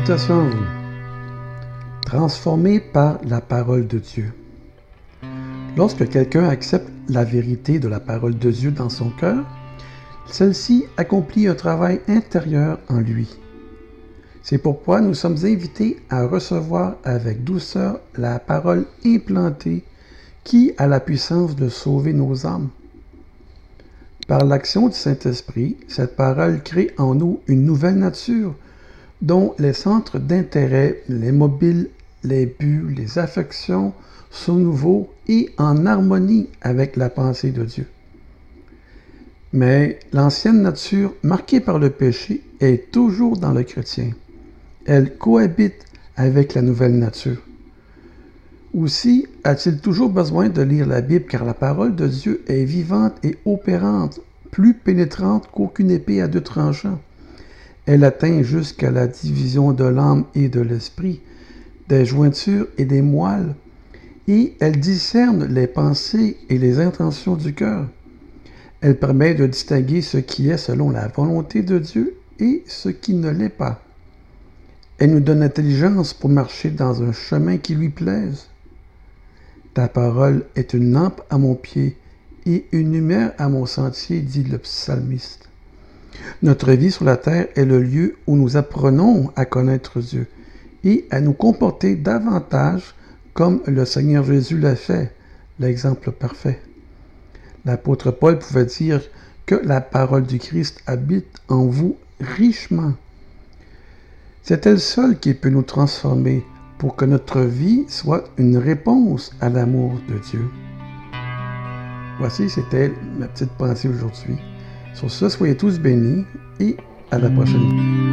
Salutations à vous. Transformé par la parole de Dieu. Lorsque quelqu'un accepte la vérité de la parole de Dieu dans son cœur, celle-ci accomplit un travail intérieur en lui. C'est pourquoi nous sommes invités à recevoir avec douceur la parole implantée qui a la puissance de sauver nos âmes. Par l'action du Saint-Esprit, cette parole crée en nous une nouvelle nature dont les centres d'intérêt, les mobiles, les buts, les affections sont nouveaux et en harmonie avec la pensée de Dieu. Mais l'ancienne nature, marquée par le péché, est toujours dans le chrétien. Elle cohabite avec la nouvelle nature. Aussi a-t-il toujours besoin de lire la Bible car la parole de Dieu est vivante et opérante, plus pénétrante qu'aucune épée à deux tranchants. Elle atteint jusqu'à la division de l'âme et de l'esprit, des jointures et des moelles, et elle discerne les pensées et les intentions du cœur. Elle permet de distinguer ce qui est selon la volonté de Dieu et ce qui ne l'est pas. Elle nous donne l'intelligence pour marcher dans un chemin qui lui plaise. Ta parole est une lampe à mon pied et une lumière à mon sentier, dit le psalmiste. Notre vie sur la terre est le lieu où nous apprenons à connaître Dieu et à nous comporter davantage comme le Seigneur Jésus l'a fait, l'exemple parfait. L'apôtre Paul pouvait dire que la parole du Christ habite en vous richement. C'est elle seule qui peut nous transformer pour que notre vie soit une réponse à l'amour de Dieu. Voici, c'était ma petite pensée aujourd'hui. Sur ce, soyez tous bénis et à la prochaine.